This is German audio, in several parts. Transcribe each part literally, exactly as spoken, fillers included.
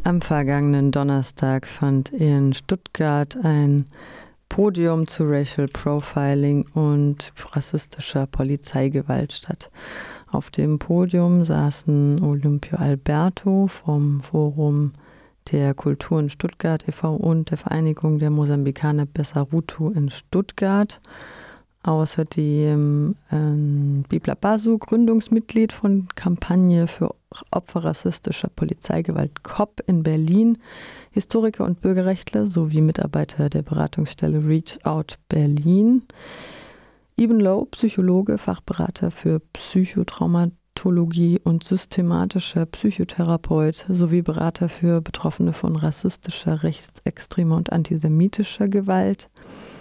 Am vergangenen Donnerstag fand in Stuttgart ein Podium zu Racial Profiling und rassistischer Polizeigewalt statt. Auf dem Podium saßen Olympio Alberto vom Forum der Kultur in Stuttgart e V und der Vereinigung der Mosambikaner Bessarutu in Stuttgart. Außerdem ähm, Bibla Basu, Gründungsmitglied von Kampagne für Opfer rassistischer Polizeigewalt K O P in Berlin, Historiker und Bürgerrechtler sowie Mitarbeiter der Beratungsstelle Reach Out Berlin. Ibn Low, Psychologe, Fachberater für Psychotraumatologie und systematischer Psychotherapeut sowie Berater für Betroffene von rassistischer, rechtsextremer und antisemitischer Gewalt.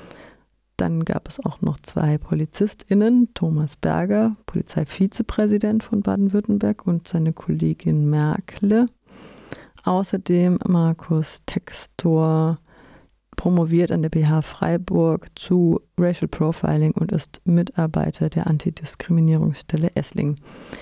Dann gab es auch noch zwei PolizistInnen, Thomas Berger, Polizeivizepräsident von Baden-Württemberg, und seine Kollegin Merkle. Außerdem Markus Textor, promoviert an der B H Freiburg zu Racial Profiling und ist Mitarbeiter der Antidiskriminierungsstelle Esslingen.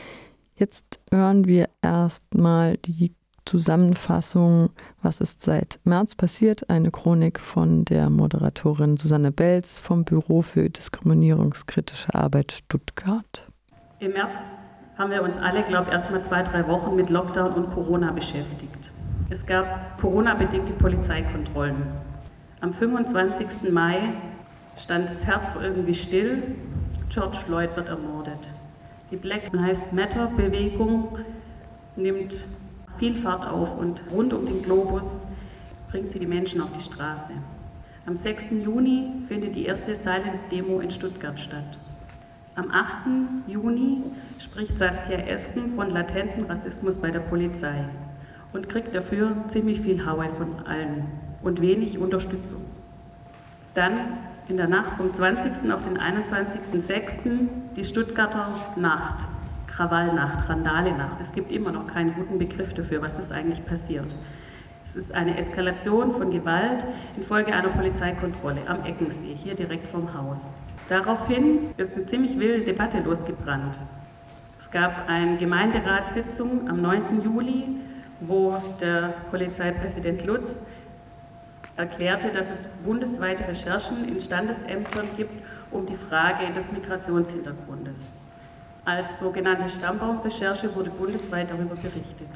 Jetzt hören wir erstmal die Zusammenfassung, was ist seit März passiert, eine Chronik von der Moderatorin Susanne Belz vom Büro für diskriminierungskritische Arbeit Stuttgart. Im März haben wir uns alle, glaube ich, erst mal zwei, drei Wochen mit Lockdown und Corona beschäftigt. Es gab Corona-bedingte Polizeikontrollen. Am fünfundzwanzigsten Mai stand das Herz irgendwie still. George Floyd wird ermordet. Die Black Lives Matter-Bewegung nimmt viel Fahrt auf und rund um den Globus bringt sie die Menschen auf die Straße. Am sechsten Juni findet die erste Silent-Demo in Stuttgart statt. Am achten Juni spricht Saskia Esken von latentem Rassismus bei der Polizei und kriegt dafür ziemlich viel Haue von allen und wenig Unterstützung. Dann in der Nacht vom zwanzigsten auf den einundzwanzigsten sechsten die Stuttgarter Nacht. Krawallnacht, Randale-Nacht. Es gibt immer noch keinen guten Begriff dafür, was ist eigentlich passiert. Es ist eine Eskalation von Gewalt infolge einer Polizeikontrolle am Eckensee, hier direkt vom Haus. Daraufhin ist eine ziemlich wilde Debatte losgebrannt. Es gab eine Gemeinderatssitzung am neunten Juli, wo der Polizeipräsident Lutz erklärte, dass es bundesweite Recherchen in Standesämtern gibt um die Frage des Migrationshintergrundes. Als sogenannte Stammbaumrecherche wurde bundesweit darüber berichtet.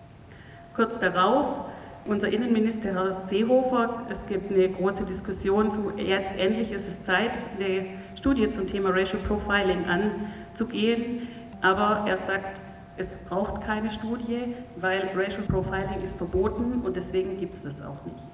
Kurz darauf, unser Innenminister Herr Seehofer, es gibt eine große Diskussion zu, jetzt endlich ist es Zeit, eine Studie zum Thema Racial Profiling anzugehen, aber er sagt, es braucht keine Studie, weil Racial Profiling ist verboten und deswegen gibt es das auch nicht.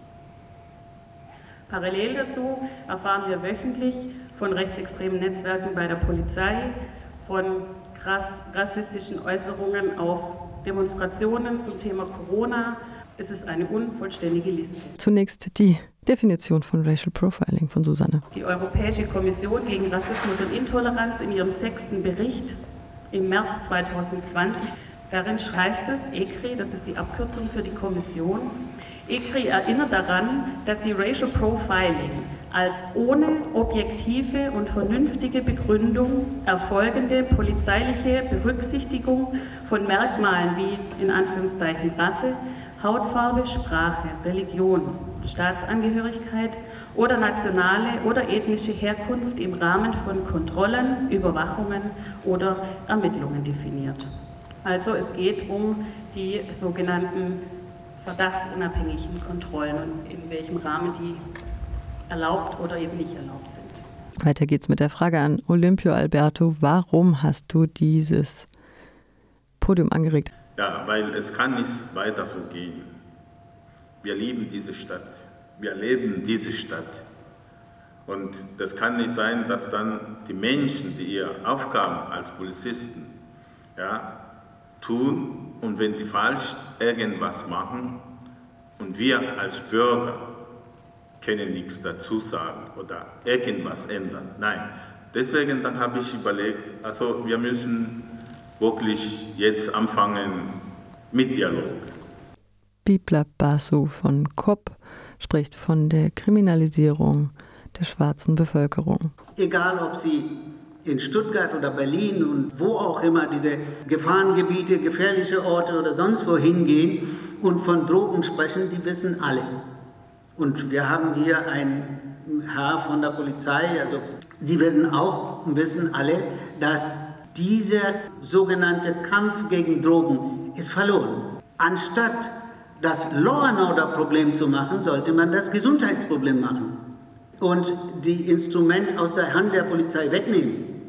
Parallel dazu erfahren wir wöchentlich von rechtsextremen Netzwerken bei der Polizei, von krass rassistischen Äußerungen auf Demonstrationen zum Thema Corona. Es ist eine unvollständige Liste. Zunächst die Definition von Racial Profiling von Susanne. Die Europäische Kommission gegen Rassismus und Intoleranz in ihrem sechsten Bericht im März zweitausendzwanzig, darin heißt es, E C R I, das ist die Abkürzung für die Kommission, E C R I erinnert daran, dass sie Racial Profiling als ohne objektive und vernünftige Begründung erfolgende polizeiliche Berücksichtigung von Merkmalen wie in Anführungszeichen Rasse, Hautfarbe, Sprache, Religion, Staatsangehörigkeit oder nationale oder ethnische Herkunft im Rahmen von Kontrollen, Überwachungen oder Ermittlungen definiert. Also es geht um die sogenannten verdachtsunabhängigen Kontrollen und in welchem Rahmen die erlaubt oder eben nicht erlaubt sind. Weiter geht's mit der Frage an Olympio Alberto. Warum hast du dieses Podium angeregt? Ja, weil es kann nicht weiter so gehen. Wir lieben diese Stadt. Wir leben diese Stadt. Und das kann nicht sein, dass dann die Menschen, die ihre Aufgaben als Polizisten ja, tun und wenn die falsch irgendwas machen und wir als Bürger können nichts dazu sagen oder irgendwas ändern. Nein, deswegen dann habe ich überlegt, also wir müssen wirklich jetzt anfangen mit Dialog. Bibla Basu von K O P spricht von der Kriminalisierung der schwarzen Bevölkerung. Egal, ob sie in Stuttgart oder Berlin und wo auch immer diese Gefahrengebiete, gefährliche Orte oder sonst wo hingehen, und von Drogen sprechen, die wissen alle. Und wir haben hier einen Herr von der Polizei, also Sie werden auch wissen alle, dass dieser sogenannte Kampf gegen Drogen ist verloren. Anstatt das Law and Order Problem zu machen, sollte man das Gesundheitsproblem machen und die Instrumente aus der Hand der Polizei wegnehmen.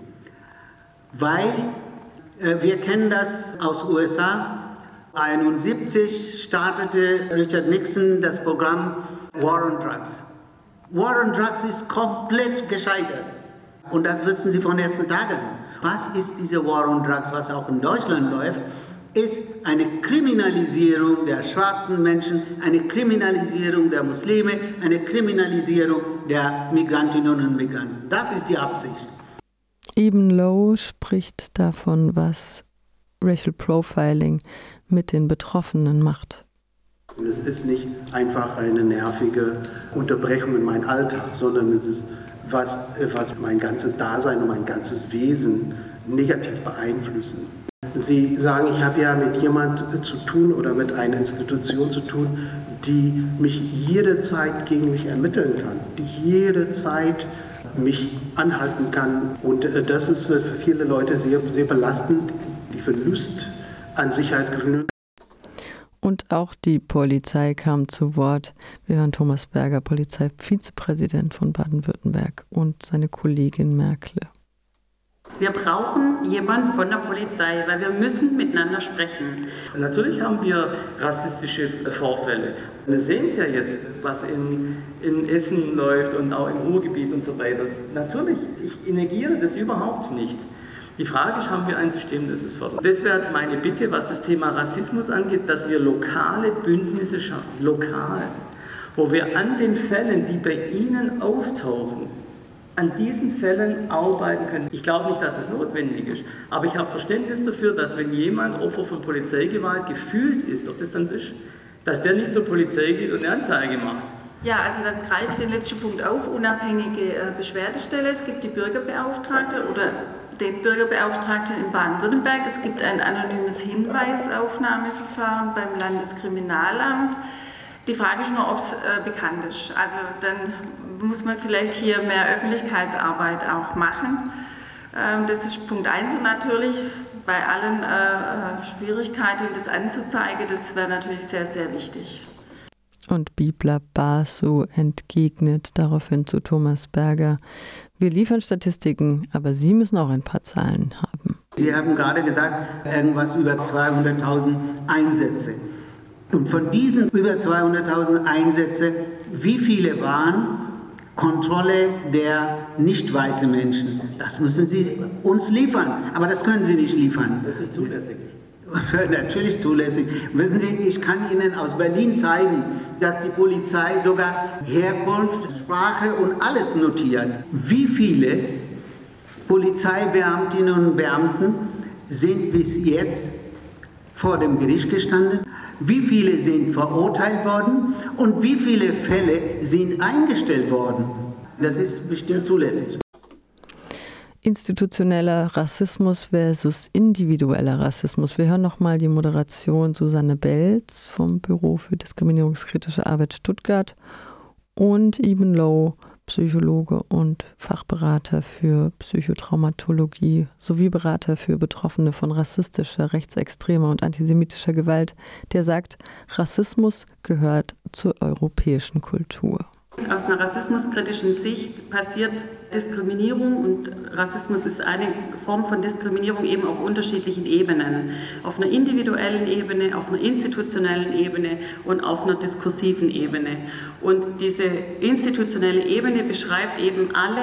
Weil äh, wir kennen das aus U S A. neunzehnhunderteinundsiebzig startete Richard Nixon das Programm War on Drugs. War on Drugs ist komplett gescheitert. Und das wissen Sie von den ersten Tagen. Was ist diese War on Drugs, was auch in Deutschland läuft, ist eine Kriminalisierung der schwarzen Menschen, eine Kriminalisierung der Muslime, eine Kriminalisierung der Migrantinnen und Migranten. Das ist die Absicht. Eben Lowe spricht davon, was Racial Profiling mit den Betroffenen macht. Und es ist nicht einfach eine nervige Unterbrechung in meinem Alltag, sondern es ist was, was mein ganzes Dasein und mein ganzes Wesen negativ beeinflussen. Sie sagen, ich habe ja mit jemand zu tun oder mit einer Institution zu tun, die mich jederzeit gegen mich ermitteln kann, die jederzeit mich anhalten kann. Und das ist für viele Leute sehr, sehr belastend, die Verlust an Sicherheitsgefühl. Und auch die Polizei kam zu Wort. Wir hören Thomas Berger, Polizeivizepräsident von Baden-Württemberg, und seine Kollegin Merkle. Wir brauchen jemanden von der Polizei, weil wir müssen miteinander sprechen. Natürlich haben wir rassistische Vorfälle. Wir sehen es ja jetzt, was in, in Essen läuft und auch im Ruhrgebiet und so weiter. Natürlich, ich negiere das überhaupt nicht. Die Frage ist, haben wir ein System, das es fördert? Das wäre jetzt meine Bitte, was das Thema Rassismus angeht, dass wir lokale Bündnisse schaffen, lokal, wo wir an den Fällen, die bei Ihnen auftauchen, an diesen Fällen arbeiten können. Ich glaube nicht, dass es notwendig ist, aber ich habe Verständnis dafür, dass wenn jemand Opfer von Polizeigewalt gefühlt ist, ob das dann so ist, dass der nicht zur Polizei geht und eine Anzeige macht. Ja, also dann greife ich den letzten Punkt auf, unabhängige äh, Beschwerdestelle. Es gibt die Bürgerbeauftragte oder den Bürgerbeauftragten in Baden-Württemberg. Es gibt ein anonymes Hinweisaufnahmeverfahren beim Landeskriminalamt. Die Frage ist nur, ob es äh, bekannt ist. Also dann muss man vielleicht hier mehr Öffentlichkeitsarbeit auch machen. Ähm, das ist Punkt eins. Und natürlich bei allen äh, Schwierigkeiten, das anzuzeigen, das wäre natürlich sehr, sehr wichtig. Und Bibla Basu entgegnet daraufhin zu Thomas Berger: Wir liefern Statistiken, aber Sie müssen auch ein paar Zahlen haben. Sie haben gerade gesagt, irgendwas über zweihunderttausend Einsätze. Und von diesen über zweihunderttausend Einsätzen, wie viele waren Kontrolle der nicht weißen Menschen? Das müssen Sie uns liefern, aber das können Sie nicht liefern. Das ist zulässig. Natürlich zulässig. Wissen Sie, ich kann Ihnen aus Berlin zeigen, dass die Polizei sogar Herkunft, Sprache und alles notiert. Wie viele Polizeibeamtinnen und Beamten sind bis jetzt vor dem Gericht gestanden? Wie viele sind verurteilt worden? Und wie viele Fälle sind eingestellt worden? Das ist bestimmt zulässig. Institutioneller Rassismus versus individueller Rassismus. Wir hören nochmal die Moderation Susanne Belz vom Büro für diskriminierungskritische Arbeit Stuttgart und Eben Lowe, Psychologe und Fachberater für Psychotraumatologie sowie Berater für Betroffene von rassistischer, rechtsextremer und antisemitischer Gewalt, der sagt, Rassismus gehört zur europäischen Kultur. Aus einer rassismuskritischen Sicht passiert Diskriminierung, und Rassismus ist eine Form von Diskriminierung eben auf unterschiedlichen Ebenen. Auf einer individuellen Ebene, auf einer institutionellen Ebene und auf einer diskursiven Ebene. Und diese institutionelle Ebene beschreibt eben alle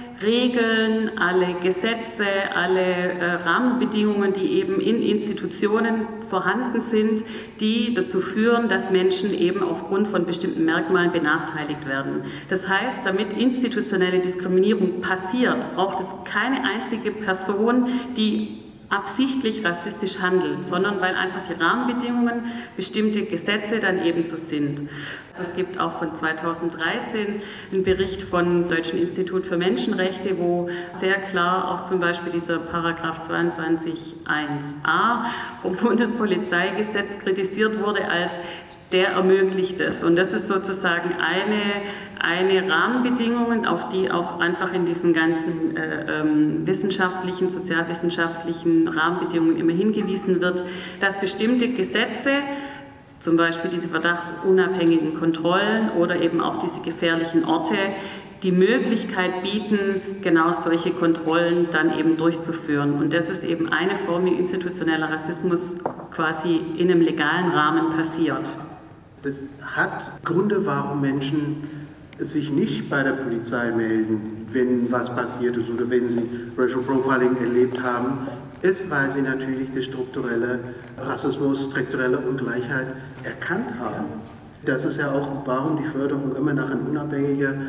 Regeln, alle Gesetze, alle äh, Rahmenbedingungen, die eben in Institutionen vorhanden sind, die dazu führen, dass Menschen eben aufgrund von bestimmten Merkmalen benachteiligt werden. Das heißt, damit institutionelle Diskriminierung passiert, braucht es keine einzige Person, die absichtlich rassistisch handelt, sondern weil einfach die Rahmenbedingungen, bestimmte Gesetze dann ebenso sind. Also es gibt auch von zweitausenddreizehn einen Bericht vom Deutschen Institut für Menschenrechte, wo sehr klar auch zum Beispiel dieser Paragraph zweiundzwanzig Absatz eins a vom Bundespolizeigesetz kritisiert wurde als der ermöglicht es. Und das ist sozusagen eine, eine Rahmenbedingung, auf die auch einfach in diesen ganzen äh, ähm, wissenschaftlichen, sozialwissenschaftlichen Rahmenbedingungen immer hingewiesen wird, dass bestimmte Gesetze, zum Beispiel diese verdachtsunabhängigen Kontrollen oder eben auch diese gefährlichen Orte, die Möglichkeit bieten, genau solche Kontrollen dann eben durchzuführen. Und das ist eben eine Form, wie institutioneller Rassismus quasi in einem legalen Rahmen passiert. Das hat Gründe, warum Menschen sich nicht bei der Polizei melden, wenn was passiert ist oder wenn sie Racial Profiling erlebt haben, ist, weil sie natürlich die strukturelle Rassismus, strukturelle Ungleichheit erkannt haben. Das ist ja auch, warum die Förderung immer nach einem unabhängigen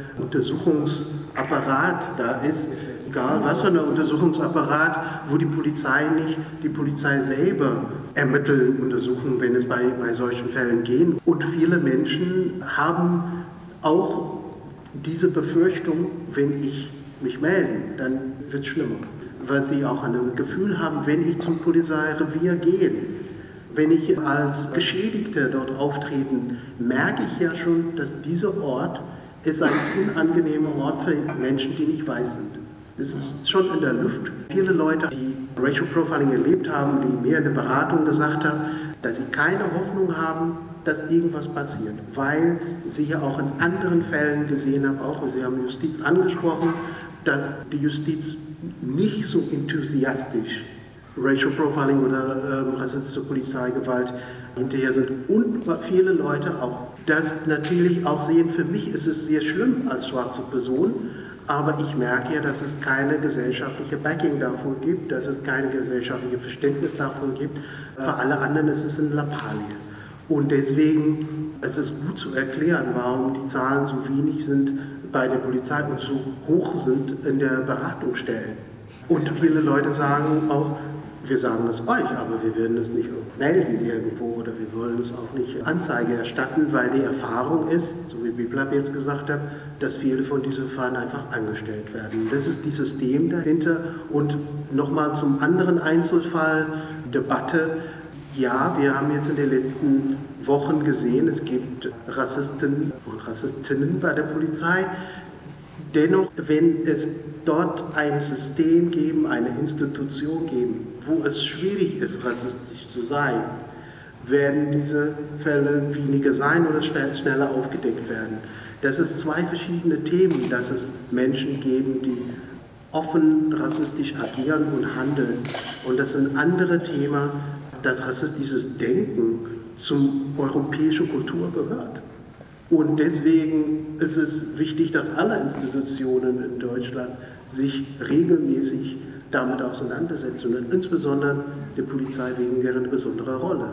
Untersuchungsapparat da ist. Egal was für ein Untersuchungsapparat, wo die Polizei nicht, die Polizei selber ermitteln, untersuchen, wenn es bei, bei solchen Fällen geht. Und viele Menschen haben auch diese Befürchtung, wenn ich mich melde, dann wird es schlimmer. Weil sie auch ein Gefühl haben, wenn ich zum Polizeirevier gehe, wenn ich als Geschädigter dort auftreten, merke ich ja schon, dass dieser Ort ist ein unangenehmer Ort für Menschen, die nicht weiß sind. Es ist schon in der Luft. Viele Leute, die Racial Profiling erlebt haben, die mir in der Beratung gesagt haben, dass sie keine Hoffnung haben, dass irgendwas passiert, weil sie ja auch in anderen Fällen gesehen haben, auch Sie haben Justiz angesprochen, dass die Justiz nicht so enthusiastisch Racial Profiling oder äh, rassistische Polizeigewalt hinterher sind und viele Leute auch das natürlich auch sehen. Für mich ist es sehr schlimm als schwarze Person, aber ich merke ja, dass es keine gesellschaftliche Backing dafür gibt, dass es kein gesellschaftliches Verständnis dafür gibt. Für alle anderen ist es eine Lappalie. Und deswegen ist es gut zu erklären, warum die Zahlen so wenig sind bei der Polizei und so hoch sind in der Beratungsstellen. Und viele Leute sagen auch, wir sagen es euch, aber wir werden es nicht melden irgendwo oder wir wollen es auch nicht Anzeige erstatten, weil die Erfahrung ist, so wie Biplab jetzt gesagt hat, dass viele von diesen Fällen einfach angestellt werden. Das ist das System dahinter. Und nochmal zum anderen Einzelfall, Debatte. Ja, wir haben jetzt in den letzten Wochen gesehen, es gibt Rassisten und Rassistinnen bei der Polizei. Dennoch, wenn es dort ein System geben, eine Institution geben, wo es schwierig ist, rassistisch zu sein, werden diese Fälle weniger sein oder schneller aufgedeckt werden. Das ist zwei verschiedene Themen, dass es Menschen geben, die offen rassistisch agieren und handeln. Und das ist ein anderes Thema, dass rassistisches Denken zum europäischen Kultur gehört. Und deswegen ist es wichtig, dass alle Institutionen in Deutschland sich regelmäßig damit auseinandersetzen und insbesondere die Polizei wegen deren besonderer Rolle.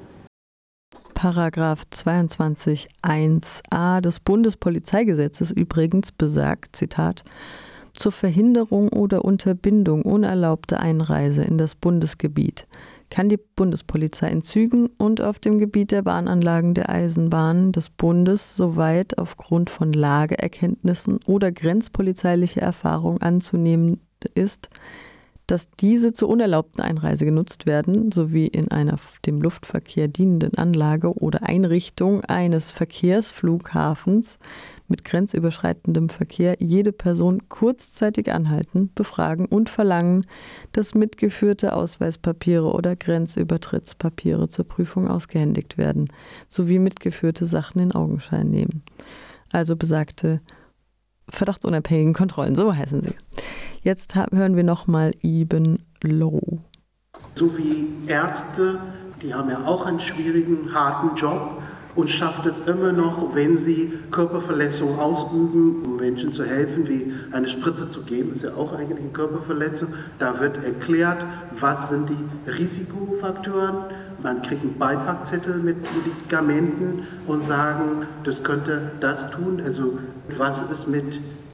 Paragraph zweiundzwanzig Absatz eins a des Bundespolizeigesetzes übrigens besagt, Zitat, zur Verhinderung oder Unterbindung unerlaubter Einreise in das Bundesgebiet kann die Bundespolizei in Zügen und auf dem Gebiet der Bahnanlagen der Eisenbahnen des Bundes, soweit aufgrund von Lageerkenntnissen oder grenzpolizeilicher Erfahrung anzunehmen ist, dass diese zur unerlaubten Einreise genutzt werden, sowie in einer dem Luftverkehr dienenden Anlage oder Einrichtung eines Verkehrsflughafens mit grenzüberschreitendem Verkehr jede Person kurzzeitig anhalten, befragen und verlangen, dass mitgeführte Ausweispapiere oder Grenzübertrittspapiere zur Prüfung ausgehändigt werden, sowie mitgeführte Sachen in Augenschein nehmen. Also besagte verdachtsunabhängigen Kontrollen, so heißen sie. Jetzt hören wir nochmal Ibn Low. So wie Ärzte, die haben ja auch einen schwierigen, harten Job und schafft es immer noch, wenn sie Körperverletzung ausüben, um Menschen zu helfen, wie eine Spritze zu geben, ist ja auch eigentlich eine Körperverletzung. Da wird erklärt, was sind die Risikofaktoren. Man kriegt einen Beipackzettel mit Medikamenten und sagen, das könnte das tun. Also was ist mit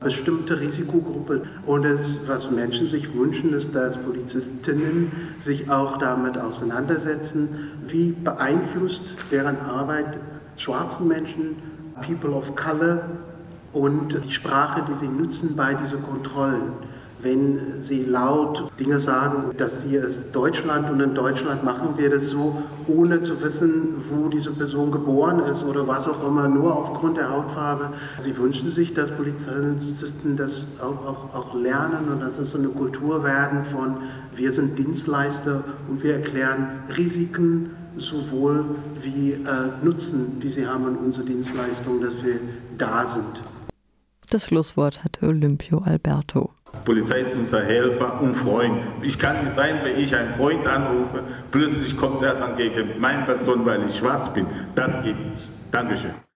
bestimmte Risikogruppe. Und es, was Menschen sich wünschen, ist, dass Polizistinnen sich auch damit auseinandersetzen, wie beeinflusst deren Arbeit schwarzen Menschen, People of Color und die Sprache, die sie nutzen bei diesen Kontrollen. Wenn sie laut Dinge sagen, dass hier ist Deutschland und in Deutschland machen wir das so, ohne zu wissen, wo diese Person geboren ist oder was auch immer, nur aufgrund der Hautfarbe. Sie wünschen sich, dass Polizisten das auch, auch, auch lernen und dass es so eine Kultur werden von, wir sind Dienstleister und wir erklären Risiken sowohl wie äh, Nutzen, die sie haben an unserer Dienstleistung, dass wir da sind. Das Schlusswort hatte Olympio Alberto. Polizei ist unser Helfer und Freund. Ich kann nicht sein, wenn ich einen Freund anrufe, plötzlich kommt er dann gegen meine Person, weil ich schwarz bin. Das geht nicht. Dankeschön.